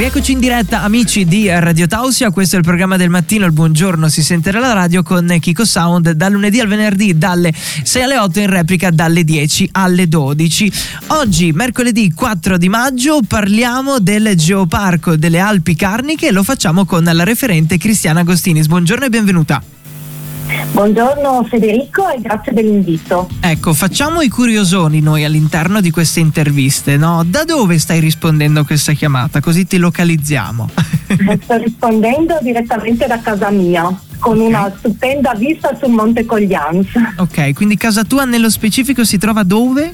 Rieccoci in diretta, amici di Radio Tausia. Questo è il programma del mattino, il buongiorno si sente alla radio, con Kiko Sound, dal lunedì al venerdì dalle 6 alle 8, in replica dalle 10 alle 12. Oggi, mercoledì 4 di maggio, parliamo del Geoparco delle Alpi Carniche e lo facciamo con la referente Cristiana Agostinis. Buongiorno e benvenuta. Buongiorno Federico e grazie dell'invito. Ecco, facciamo i curiosoni noi all'interno di queste interviste, no? Da dove stai rispondendo a questa chiamata? Così ti localizziamo. Sto rispondendo direttamente da casa mia, con una stupenda vista sul Monte Coglians. Ok, quindi casa tua nello specifico si trova dove?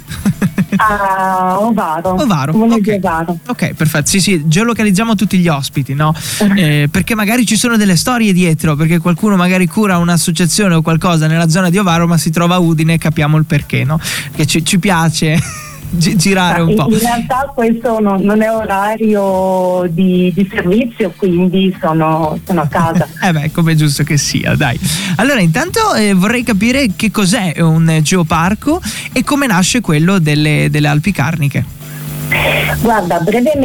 A Ovaro. Okay. Di Ovaro. Ok, perfetto. Sì, geolocalizziamo tutti gli ospiti, no? Perché magari ci sono delle storie dietro, perché qualcuno magari cura un'associazione o qualcosa nella zona di Ovaro, ma si trova a Udine e capiamo il perché, no? Che ci piace girare un po'. In realtà questo non è orario di servizio, quindi sono a casa. Come è giusto che sia, dai. Allora, intanto vorrei capire che cos'è un geoparco e come nasce quello delle Alpi Carniche. Guarda,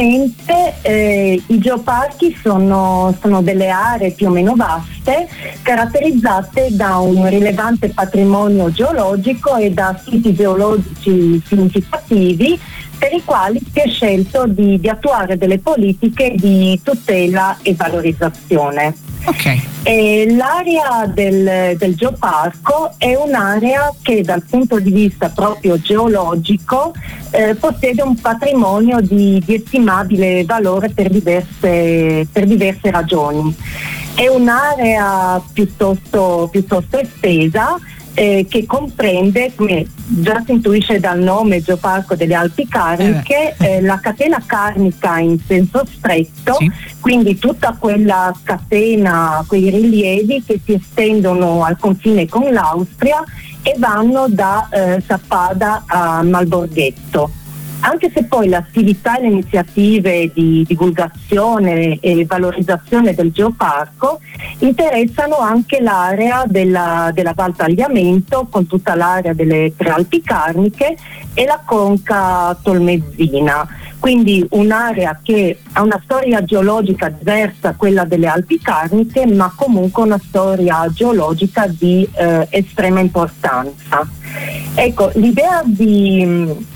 brevemente, i geoparchi sono delle aree più o meno vaste, caratterizzate da un rilevante patrimonio geologico e da siti geologici significativi, per i quali si è scelto di attuare delle politiche di tutela e valorizzazione. Ok. L'area del geoparco è un'area che dal punto di vista proprio geologico possiede un patrimonio di estimabile valore per diverse ragioni. È un'area piuttosto estesa, che comprende, come già si intuisce dal nome Geoparco delle Alpi Carniche, la catena carnica in senso stretto, sì. Quindi tutta quella catena, quei rilievi che si estendono al confine con l'Austria e vanno da Sappada a Malborghetto. Anche se poi l'attività e le iniziative di divulgazione e valorizzazione del geoparco interessano anche l'area della Val Tagliamento, con tutta l'area delle Prealpi Carniche e la conca tolmezzina. Quindi un'area che ha una storia geologica diversa a quella delle Alpi Carniche, ma comunque una storia geologica di estrema importanza. Ecco, l'idea di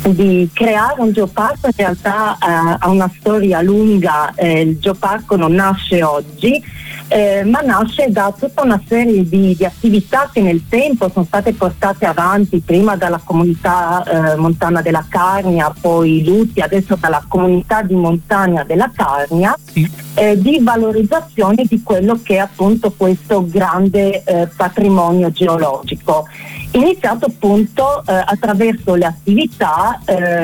creare un geoparco in realtà ha una storia lunga. Il geoparco non nasce oggi, ma nasce da tutta una serie di attività che nel tempo sono state portate avanti, prima dalla comunità montana della Carnia, poi Luti, adesso dalla comunità di montagna della Carnia, di valorizzazione di quello che è appunto questo grande patrimonio geologico. Iniziato appunto attraverso le attività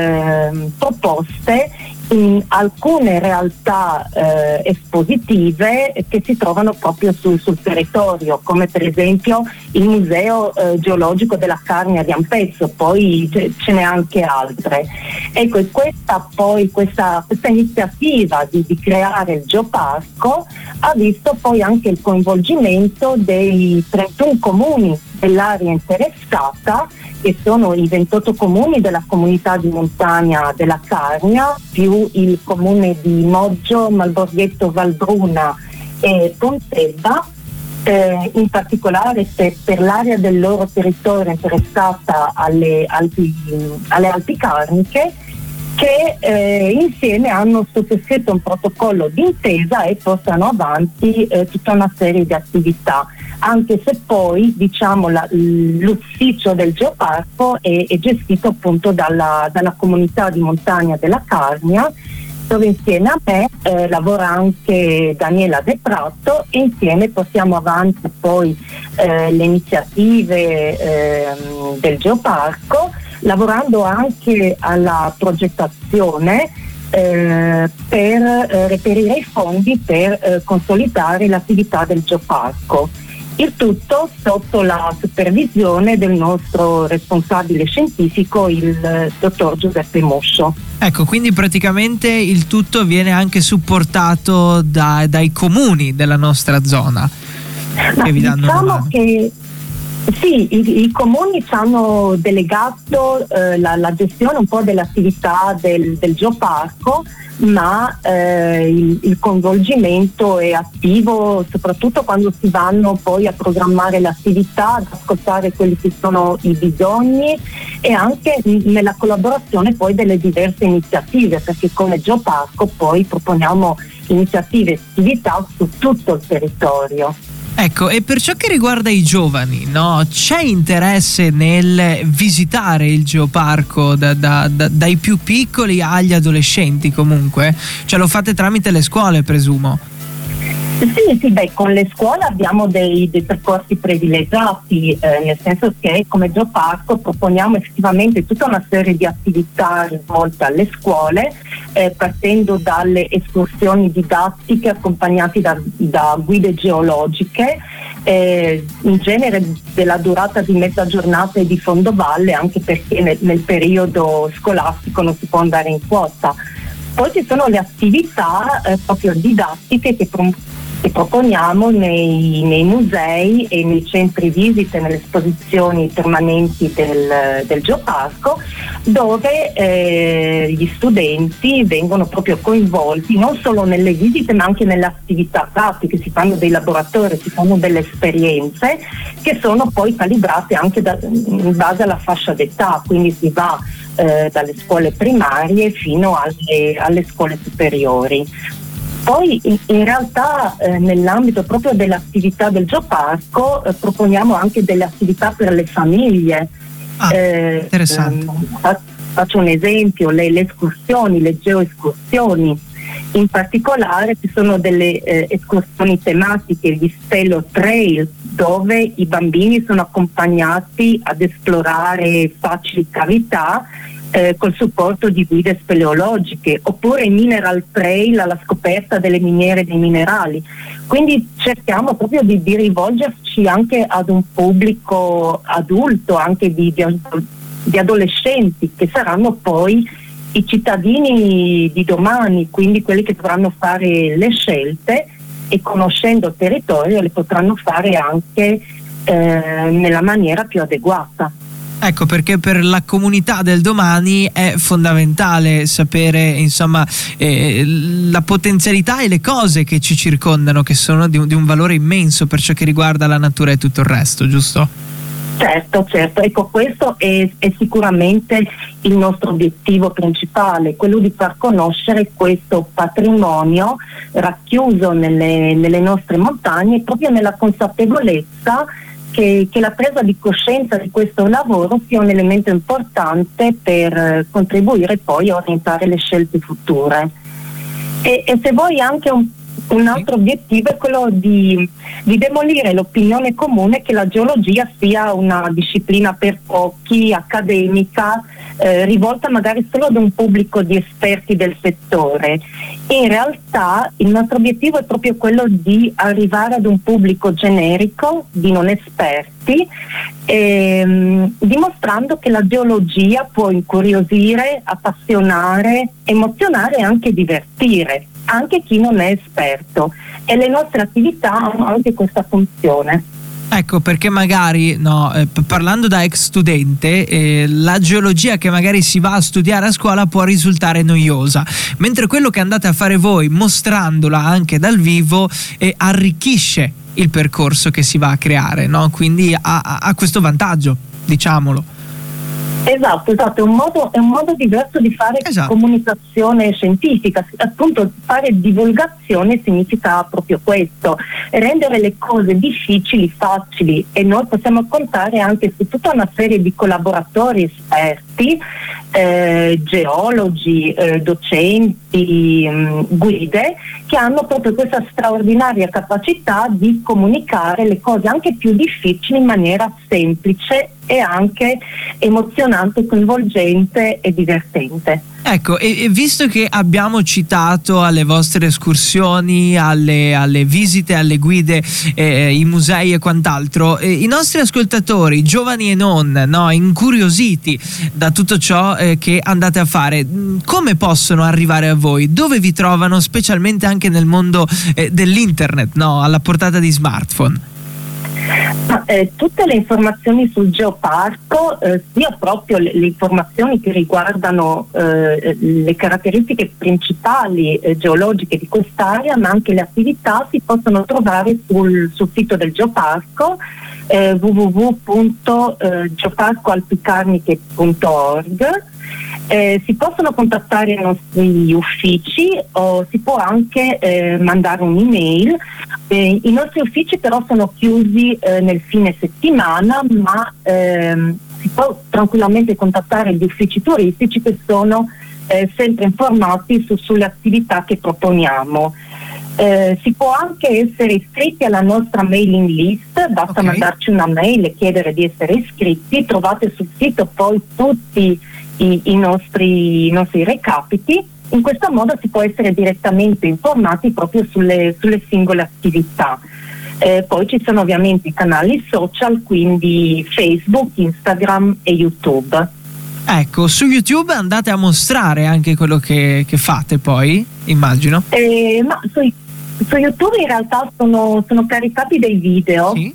proposte in alcune realtà espositive che si trovano proprio sul territorio, come per esempio il Museo Geologico della Carnia di Ampezzo, poi ce n'è anche altre. Ecco, e questa iniziativa di creare il geoparco ha visto poi anche il coinvolgimento dei 31 comuni dell'area interessata, che sono i 28 comuni della comunità di montagna della Carnia, più il comune di Moggio, Malborghetto, Valbruna e Pontebba, in particolare per l'area del loro territorio interessata alle Alpi Carniche, che insieme hanno sottoscritto un protocollo d'intesa e portano avanti tutta una serie di attività, anche se poi l'ufficio del geoparco è gestito appunto dalla comunità di montagna della Carnia, dove insieme a me lavora anche Daniela De Prato, e insieme portiamo avanti poi le iniziative del geoparco, lavorando anche alla progettazione per reperire i fondi per consolidare l'attività del geoparco. Il tutto sotto la supervisione del nostro responsabile scientifico, il dottor Giuseppe Moscio. Ecco, quindi praticamente il tutto viene anche supportato dai comuni della nostra zona. Diciamo che Sì, i comuni ci hanno delegato la gestione un po' dell'attività del geoparco, ma il coinvolgimento è attivo soprattutto quando si vanno poi a programmare l'attività, ad ascoltare quelli che sono i bisogni e anche nella collaborazione poi delle diverse iniziative, perché come geoparco poi proponiamo iniziative e attività su tutto il territorio. Ecco, e per ciò che riguarda i giovani, no? C'è interesse nel visitare il geoparco dai più piccoli agli adolescenti comunque? Cioè lo fate tramite le scuole, presumo? Sì, con le scuole abbiamo dei percorsi privilegiati, nel senso che come geoparco proponiamo effettivamente tutta una serie di attività rivolte alle scuole, partendo dalle escursioni didattiche accompagnate da guide geologiche, in genere della durata di mezza giornata e di fondovalle, anche perché nel periodo scolastico non si può andare in quota. Poi ci sono le attività proprio didattiche che proponiamo nei musei e nei centri visite, nelle esposizioni permanenti del geoparco, dove gli studenti vengono proprio coinvolti non solo nelle visite ma anche nelle attività pratiche, si fanno dei laboratori, si fanno delle esperienze che sono poi calibrate anche in base alla fascia d'età, quindi si va dalle scuole primarie fino alle scuole superiori. Poi in realtà nell'ambito proprio dell'attività del geoparco proponiamo anche delle attività per le famiglie. Interessante. Faccio un esempio, le escursioni, le geoescursioni. In particolare ci sono delle escursioni tematiche, gli Spelo Trail, dove i bambini sono accompagnati ad esplorare facili cavità col supporto di guide speleologiche, oppure i Mineral Trail alla scoperta delle miniere dei minerali. Quindi cerchiamo proprio di rivolgerci anche ad un pubblico adulto, anche di adolescenti, che saranno poi i cittadini di domani, quindi quelli che dovranno fare le scelte e, conoscendo il territorio, le potranno fare anche nella maniera più adeguata. Ecco, perché per la comunità del domani è fondamentale sapere, insomma, la potenzialità e le cose che ci circondano, che sono di un valore immenso per ciò che riguarda la natura e tutto il resto, giusto? Certo, ecco, questo è sicuramente il nostro obiettivo principale, quello di far conoscere questo patrimonio racchiuso nelle nostre montagne, proprio nella consapevolezza che la presa di coscienza di questo lavoro sia un elemento importante per contribuire poi a orientare le scelte future. E se vuoi anche un altro obiettivo è quello di demolire l'opinione comune che la geologia sia una disciplina per pochi, accademica, rivolta magari solo ad un pubblico di esperti del settore. In realtà il nostro obiettivo è proprio quello di arrivare ad un pubblico generico di non esperti, dimostrando che la geologia può incuriosire, appassionare, emozionare e anche divertire anche chi non è esperto, e le nostre attività hanno anche questa funzione. Ecco, perché magari, parlando da ex studente, la geologia che magari si va a studiare a scuola può risultare noiosa, mentre quello che andate a fare voi, mostrandola anche dal vivo, arricchisce il percorso che si va a creare, no? Quindi ha questo vantaggio, diciamolo. Esatto, è un modo diverso di fare comunicazione scientifica. Appunto, fare divulgazione significa proprio questo, rendere le cose difficili facili, e noi possiamo contare anche su tutta una serie di collaboratori esperti, geologi, docenti, guide, che hanno proprio questa straordinaria capacità di comunicare le cose anche più difficili in maniera semplice e anche emozionante, coinvolgente e divertente. Ecco, e visto che abbiamo citato alle vostre escursioni, alle visite, alle guide, i musei e quant'altro, i nostri ascoltatori, giovani e non, incuriositi da tutto ciò che andate a fare, come possono arrivare a voi? Dove vi trovano, specialmente anche nel mondo dell'internet, alla portata di smartphone? Tutte le informazioni sul geoparco, sia proprio le informazioni che riguardano le caratteristiche principali geologiche di quest'area, ma anche le attività, si possono trovare sul sito del geoparco, www.geoparcoalpicarniche.org. Si possono contattare i nostri uffici o si può anche mandare un'email. I nostri uffici però sono chiusi nel fine settimana, ma si può tranquillamente contattare gli uffici turistici, che sono sempre informati sulle attività che proponiamo. Si può anche essere iscritti alla nostra mailing list, basta mandarci una mail e chiedere di essere iscritti. Trovate sul sito poi tutti i nostri recapiti. In questo modo si può essere direttamente informati proprio sulle singole attività. Poi ci sono ovviamente i canali social, quindi Facebook, Instagram e YouTube. Ecco, su YouTube andate a mostrare anche quello che fate poi, immagino? Ma su YouTube in realtà sono caricati dei video, sì,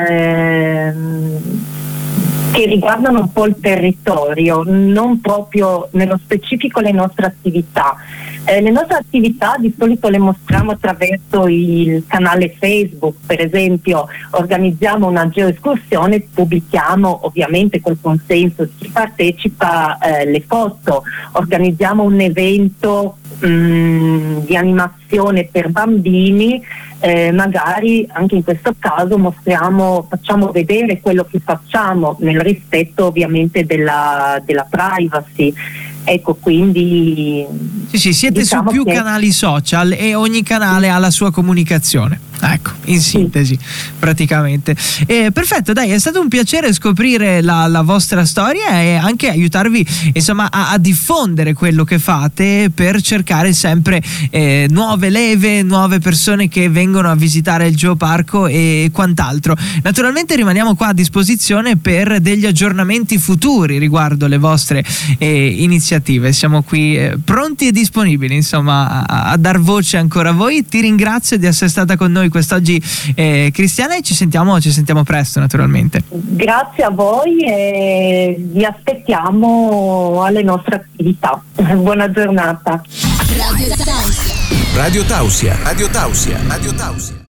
che riguardano un po' il territorio, non proprio nello specifico le nostre attività. Le nostre attività di solito le mostriamo attraverso il canale Facebook. Per esempio, organizziamo una geoescursione, pubblichiamo ovviamente col consenso di chi partecipa le foto. Organizziamo un evento di animazione per bambini, magari anche in questo caso facciamo vedere quello che facciamo nel rispetto ovviamente della privacy. Ecco, quindi sì, siete su più canali social e ogni canale ha la sua comunicazione. Ecco, in sintesi, praticamente. Perfetto, dai, è stato un piacere scoprire la vostra storia e anche aiutarvi, insomma, a diffondere quello che fate per cercare sempre nuove leve, nuove persone che vengono a visitare il geoparco e quant'altro. Naturalmente rimaniamo qua a disposizione per degli aggiornamenti futuri riguardo le vostre iniziative. Siamo qui pronti e disponibili, insomma, a dar voce ancora a voi. Ti ringrazio di essere stata con noi quest'oggi, Cristiana, e ci sentiamo presto, naturalmente. Grazie a voi e vi aspettiamo alle nostre attività. Buona giornata. Radio Tausia. Radio Tausia. Radio Tausia. Radio Tausia.